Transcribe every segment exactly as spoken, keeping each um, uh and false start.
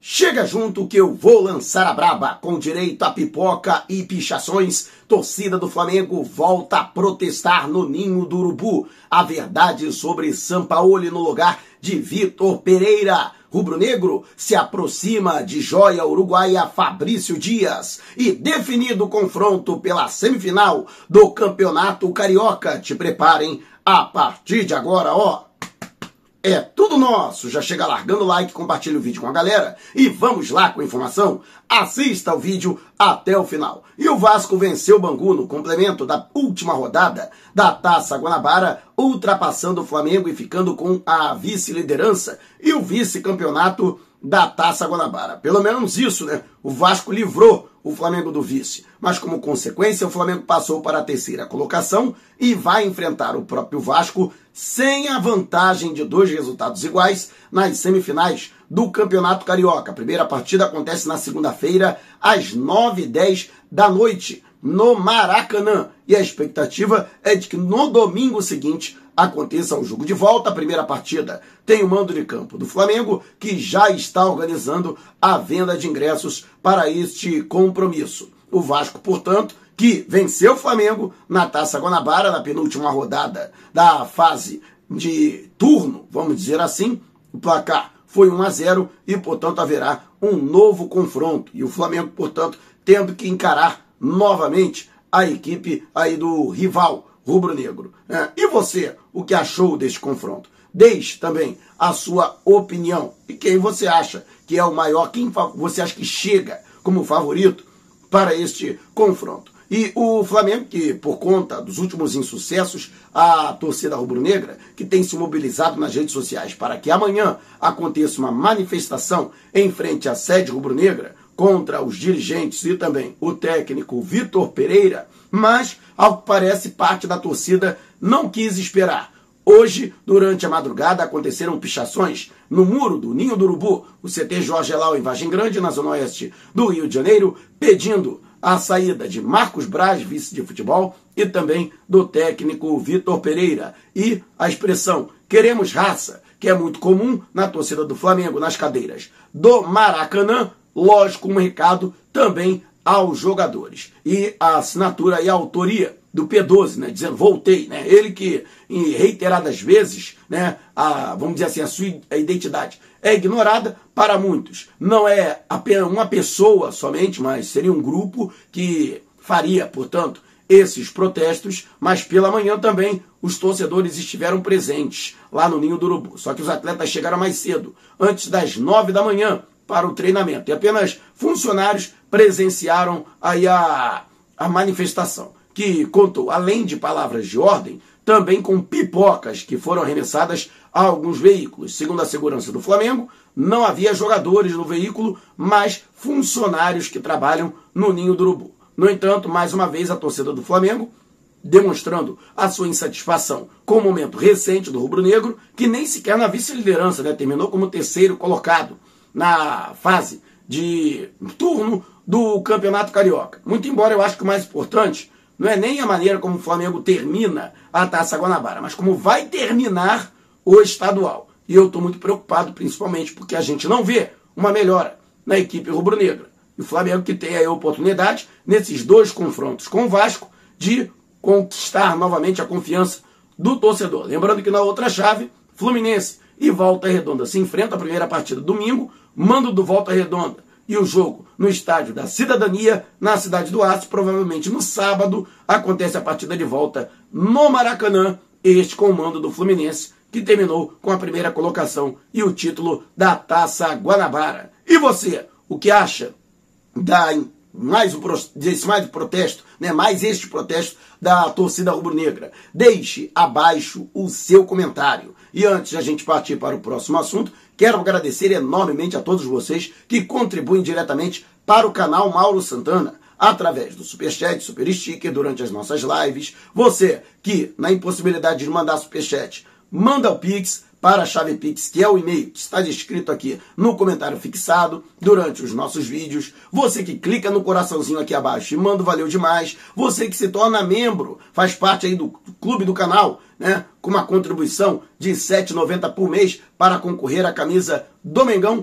Chega junto que eu vou lançar a braba, com direito a pipoca e pichações. Torcida do Flamengo volta a protestar no Ninho do Urubu. A verdade sobre Sampaoli no lugar de Vitor Pereira. Rubro-negro se aproxima de joia uruguaia Fabrício Dias. E definido o confronto pela semifinal do Campeonato Carioca. Te preparem, a partir de agora, ó. É tudo nosso. Já chega largando o like, compartilha o vídeo com a galera e vamos lá com a informação. Assista o vídeo até o final. E o Vasco venceu o Bangu no complemento da última rodada da Taça Guanabara, ultrapassando o Flamengo e ficando com a vice-liderança e o vice-campeonato da Taça Guanabara. Pelo menos isso, né? O Vasco livrou o Flamengo do vice. Mas como consequência, o Flamengo passou para a terceira colocação e vai enfrentar o próprio Vasco sem a vantagem de dois resultados iguais nas semifinais do Campeonato Carioca. A primeira partida acontece na segunda-feira, às nove e dez da noite, no Maracanã. E a expectativa é de que no domingo seguinte aconteça um jogo de volta. A primeira partida tem o mando de campo do Flamengo, que já está organizando a venda de ingressos para este compromisso. O Vasco, portanto, que venceu o Flamengo na Taça Guanabara, na penúltima rodada da fase de turno, vamos dizer assim, o placar foi um a zero e, portanto, haverá um novo confronto. E o Flamengo, portanto, tendo que encarar novamente a equipe aí do rival rubro-negro. É, e você, o que achou deste confronto? Deixe também a sua opinião. E quem você acha que é o maior, quem você acha que chega como favorito para este confronto? E o Flamengo, que por conta dos últimos insucessos, a torcida rubro-negra, que tem se mobilizado nas redes sociais para que amanhã aconteça uma manifestação em frente à sede rubro-negra contra os dirigentes e também o técnico Vitor Pereira, mas, ao que parece, parte da torcida não quis esperar. Hoje, durante a madrugada, aconteceram pichações no muro do Ninho do Urubu, o C T Jorge Elal, em Vargem Grande, na zona oeste do Rio de Janeiro, pedindo a saída de Marcos Braz, vice de futebol, e também do técnico Vitor Pereira. E a expressão "queremos raça", que é muito comum na torcida do Flamengo, nas cadeiras do Maracanã, lógico, um recado também aos jogadores. E a assinatura e a autoria do P doze, né, dizendo voltei, né, ele que em reiteradas vezes, né, a, vamos dizer assim, a sua identidade é ignorada para muitos. Não é apenas uma pessoa somente, mas seria um grupo que faria, portanto, esses protestos, mas pela manhã também os torcedores estiveram presentes lá no Ninho do Urubu. Só que os atletas chegaram mais cedo, antes das nove da manhã, para o treinamento. E apenas funcionários presenciaram aí a, a manifestação, que contou, além de palavras de ordem, também com pipocas que foram arremessadas a alguns veículos. Segundo a segurança do Flamengo, não havia jogadores no veículo, mas funcionários que trabalham no Ninho do Urubu. No entanto, mais uma vez, a torcida do Flamengo demonstrando a sua insatisfação com o momento recente do rubro-negro, que nem sequer na vice-liderança, né, terminou como terceiro colocado na fase de turno do Campeonato Carioca. Muito embora eu acho que o mais importante não é nem a maneira como o Flamengo termina a Taça Guanabara, mas como vai terminar o estadual. E eu estou muito preocupado, principalmente porque a gente não vê uma melhora na equipe rubro-negra. E o Flamengo que tem aí a oportunidade, nesses dois confrontos com o Vasco, de conquistar novamente a confiança do torcedor. Lembrando que na outra chave, Fluminense e Volta Redonda se enfrentam. A primeira partida domingo, mando do Volta Redonda. E o jogo no Estádio da Cidadania, na Cidade do Aço, provavelmente no sábado, acontece a partida de volta no Maracanã, este com o mando do Fluminense, que terminou com a primeira colocação e o título da Taça Guanabara. E você, o que acha da, mais um, desse mais um protesto, né, mais este protesto da torcida rubro-negra? Deixe abaixo o seu comentário. E antes de a gente partir para o próximo assunto, quero agradecer enormemente a todos vocês que contribuem diretamente para o canal Mauro Santana, através do Superchat, Super Sticker, durante as nossas lives. Você que, na impossibilidade de mandar Superchat, manda o Pix para a chave Pix, que é o e-mail que está descrito aqui no comentário fixado durante os nossos vídeos. Você que clica no coraçãozinho aqui abaixo e manda valeu demais. Você que se torna membro, faz parte aí do clube do canal, né, com uma contribuição de sete reais e noventa centavos por mês para concorrer à camisa do Mengão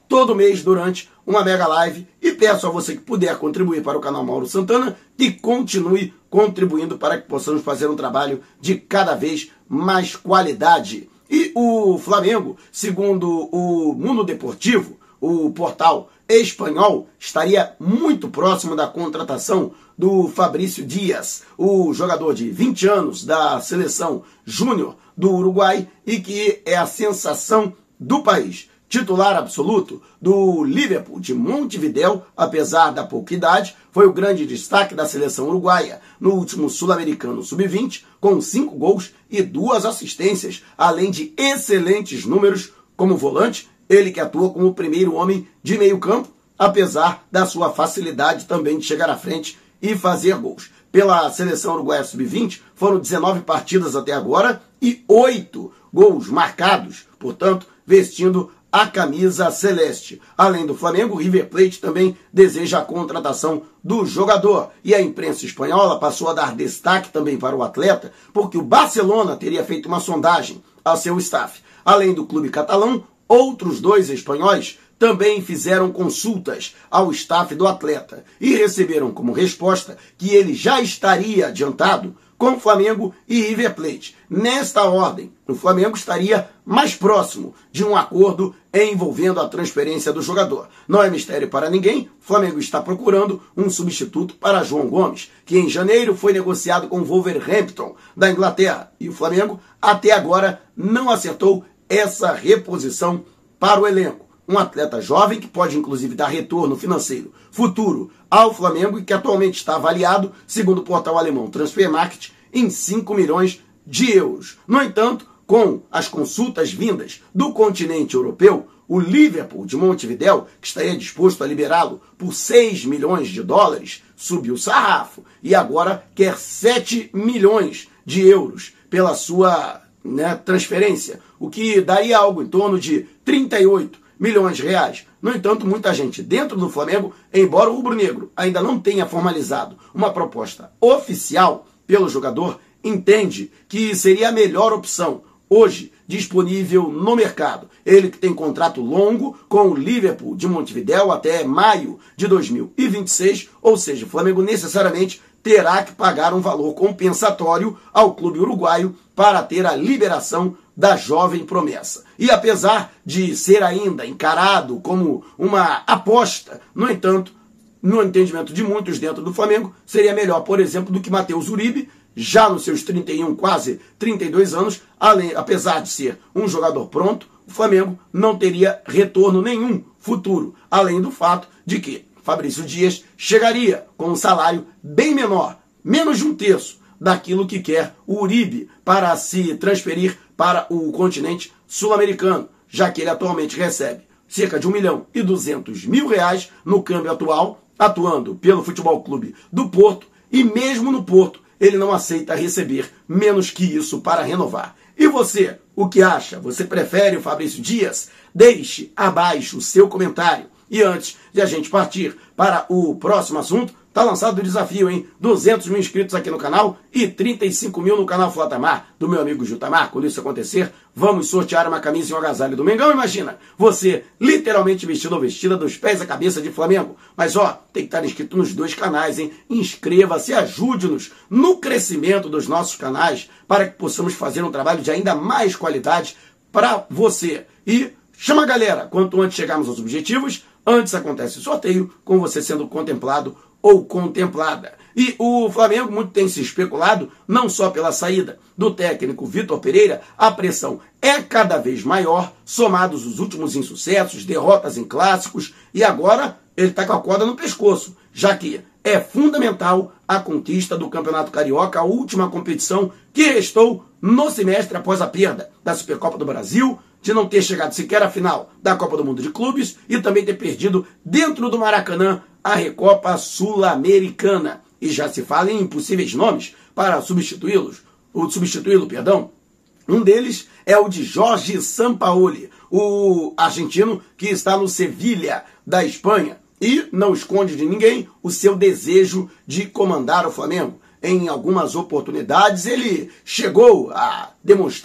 todo mês durante uma mega live, e peço a você que puder contribuir para o canal Mauro Santana que continue contribuindo para que possamos fazer um trabalho de cada vez mais qualidade. E o Flamengo, segundo o Mundo Deportivo, o portal espanhol, estaria muito próximo da contratação do Fabrício Dias, o jogador de vinte anos da seleção júnior do Uruguai e que é a sensação do país. Titular absoluto do Liverpool de Montevidéu, apesar da pouca idade, foi o grande destaque da seleção uruguaia no último Sul-Americano sub vinte, com cinco gols e duas assistências, além de excelentes números como volante, ele que atua como o primeiro homem de meio campo, apesar da sua facilidade também de chegar à frente e fazer gols. Pela seleção uruguaia sub vinte, foram dezenove partidas até agora e oito gols marcados, portanto, vestindo a camisa celeste. Além do Flamengo, o River Plate também deseja a contratação do jogador. E a imprensa espanhola passou a dar destaque também para o atleta, porque o Barcelona teria feito uma sondagem ao seu staff. Além do clube catalão, outros dois espanhóis também fizeram consultas ao staff do atleta e receberam como resposta que ele já estaria adiantado com Flamengo e River Plate. Nesta ordem, o Flamengo estaria mais próximo de um acordo envolvendo a transferência do jogador. Não é mistério para ninguém, o Flamengo está procurando um substituto para João Gomes, que em janeiro foi negociado com o Wolverhampton da Inglaterra. E o Flamengo até agora não acertou essa reposição para o elenco. Um atleta jovem que pode inclusive dar retorno financeiro futuro ao Flamengo e que atualmente está avaliado, segundo o portal alemão Transfermarkt, em cinco milhões de euros. No entanto, com as consultas vindas do continente europeu, o Liverpool de Montevidéu, que estaria disposto a liberá-lo por seis milhões de dólares, subiu o sarrafo e agora quer sete milhões de euros pela sua, né, transferência, o que daria algo em torno de trinta e oito milhões de reais. No entanto, muita gente dentro do Flamengo, embora o rubro-negro ainda não tenha formalizado uma proposta oficial pelo jogador, entende que seria a melhor opção hoje disponível no mercado. Ele que tem contrato longo com o Liverpool de Montevidéu até maio de dois mil e vinte e seis, ou seja, o Flamengo necessariamente terá que pagar um valor compensatório ao clube uruguaio para ter a liberação da jovem promessa. E apesar de ser ainda encarado como uma aposta, no entanto, no entendimento de muitos dentro do Flamengo, seria melhor, por exemplo, do que Matheus Uribe, já nos seus trinta e um, quase trinta e dois anos, além, apesar de ser um jogador pronto, o Flamengo não teria retorno nenhum futuro, além do fato de que Fabrício Dias chegaria com um salário bem menor, menos de um terço daquilo que quer o Uribe para se transferir para o continente sul-americano, já que ele atualmente recebe cerca de um milhão e duzentos mil reais no câmbio atual, atuando pelo Futebol Clube do Porto, e mesmo no Porto ele não aceita receber menos que isso para renovar. E você, o que acha? Você prefere o Fabrício Dias? Deixe abaixo o seu comentário. E antes de a gente partir para o próximo assunto, tá lançado o desafio, hein? duzentos mil inscritos aqui no canal e trinta e cinco mil no canal Flatamar, do meu amigo Jutamar. Quando isso acontecer, vamos sortear uma camisa e um agasalho do Mengão. Imagina, você literalmente vestido ou vestida dos pés à cabeça de Flamengo. Mas ó, tem que estar inscrito nos dois canais, hein? Inscreva-se, ajude-nos no crescimento dos nossos canais para que possamos fazer um trabalho de ainda mais qualidade para você. E chama a galera, quanto antes chegarmos aos objetivos, antes acontece o sorteio, com você sendo contemplado ou contemplada. E o Flamengo muito tem se especulado, não só pela saída do técnico Vitor Pereira, a pressão é cada vez maior, somados os últimos insucessos, derrotas em clássicos, e agora ele está com a corda no pescoço, já que é fundamental a conquista do Campeonato Carioca, a última competição que restou no semestre após a perda da Supercopa do Brasil, de não ter chegado sequer à final da Copa do Mundo de Clubes e também ter perdido dentro do Maracanã a Recopa Sul-Americana. E já se fala em impossíveis nomes para substituí-los, ou substituí-lo, perdão. Um deles é o de Jorge Sampaoli, o argentino que está no Sevilha da Espanha e não esconde de ninguém o seu desejo de comandar o Flamengo. Em algumas oportunidades ele chegou a demonstrar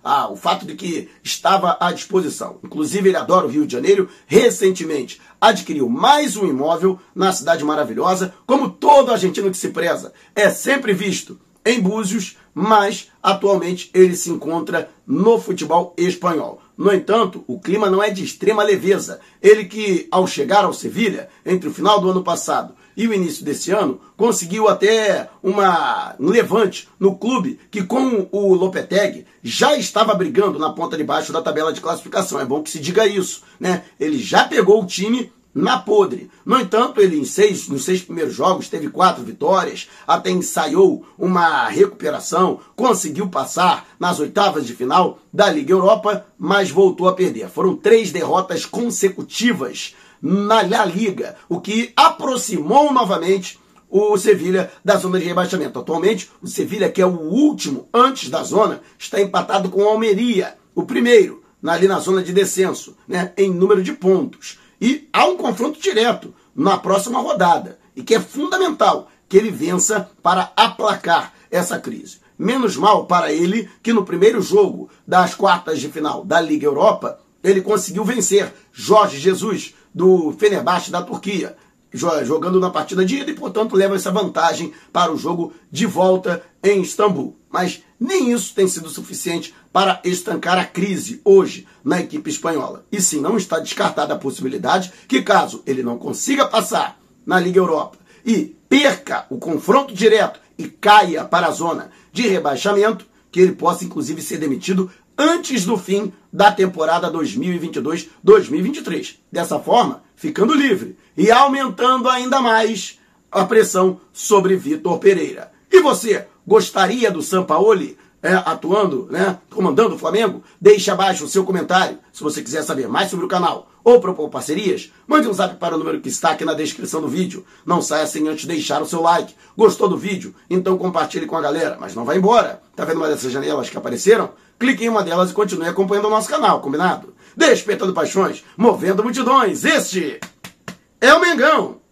ah, o fato de que estava à disposição. Inclusive, ele adora o Rio de Janeiro. Recentemente, adquiriu mais um imóvel na cidade maravilhosa, como todo argentino que se preza. É sempre visto em Búzios, mas atualmente ele se encontra no futebol espanhol. No entanto, o clima não é de extrema leveza. Ele que, ao chegar ao Sevilha, entre o final do ano passado e o início desse ano, conseguiu até uma, um levante no clube que, com o Lopetegui, já estava brigando na ponta de baixo da tabela de classificação. É bom que se diga isso, né? Ele já pegou o time na podre. No entanto, ele em seis, nos seis primeiros jogos teve quatro vitórias, até ensaiou uma recuperação, conseguiu passar nas oitavas de final da Liga Europa, mas voltou a perder. Foram três derrotas consecutivas na La Liga, o que aproximou novamente o Sevilha da zona de rebaixamento. Atualmente, o Sevilha, que é o último antes da zona, está empatado com o Almeria, o primeiro, ali na zona de descenso, né, em número de pontos. E há um confronto direto na próxima rodada, e que é fundamental que ele vença para aplacar essa crise. Menos mal para ele que no primeiro jogo das quartas de final da Liga Europa, ele conseguiu vencer Jorge Jesus, do Fenerbahçe da Turquia, jogando na partida de ida e, portanto, leva essa vantagem para o jogo de volta em Istambul. Mas nem isso tem sido suficiente para estancar a crise hoje na equipe espanhola. E sim, não está descartada a possibilidade que, caso ele não consiga passar na Liga Europa e perca o confronto direto e caia para a zona de rebaixamento, que ele possa, inclusive, ser demitido antes do fim da temporada dois mil e vinte e dois dois mil e vinte e três. Dessa forma, ficando livre e aumentando ainda mais a pressão sobre Vitor Pereira. E você, gostaria do Sampaoli é, atuando, né, comandando o Flamengo? Deixe abaixo o seu comentário. Se você quiser saber mais sobre o canal ou propor parcerias, mande um zap para o número que está aqui na descrição do vídeo. Não saia sem antes deixar o seu like. Gostou do vídeo? Então compartilhe com a galera, mas não vá embora. Tá vendo uma dessas janelas que apareceram? Clique em uma delas e continue acompanhando o nosso canal, combinado? Despertando paixões, movendo multidões. Este é o Mengão!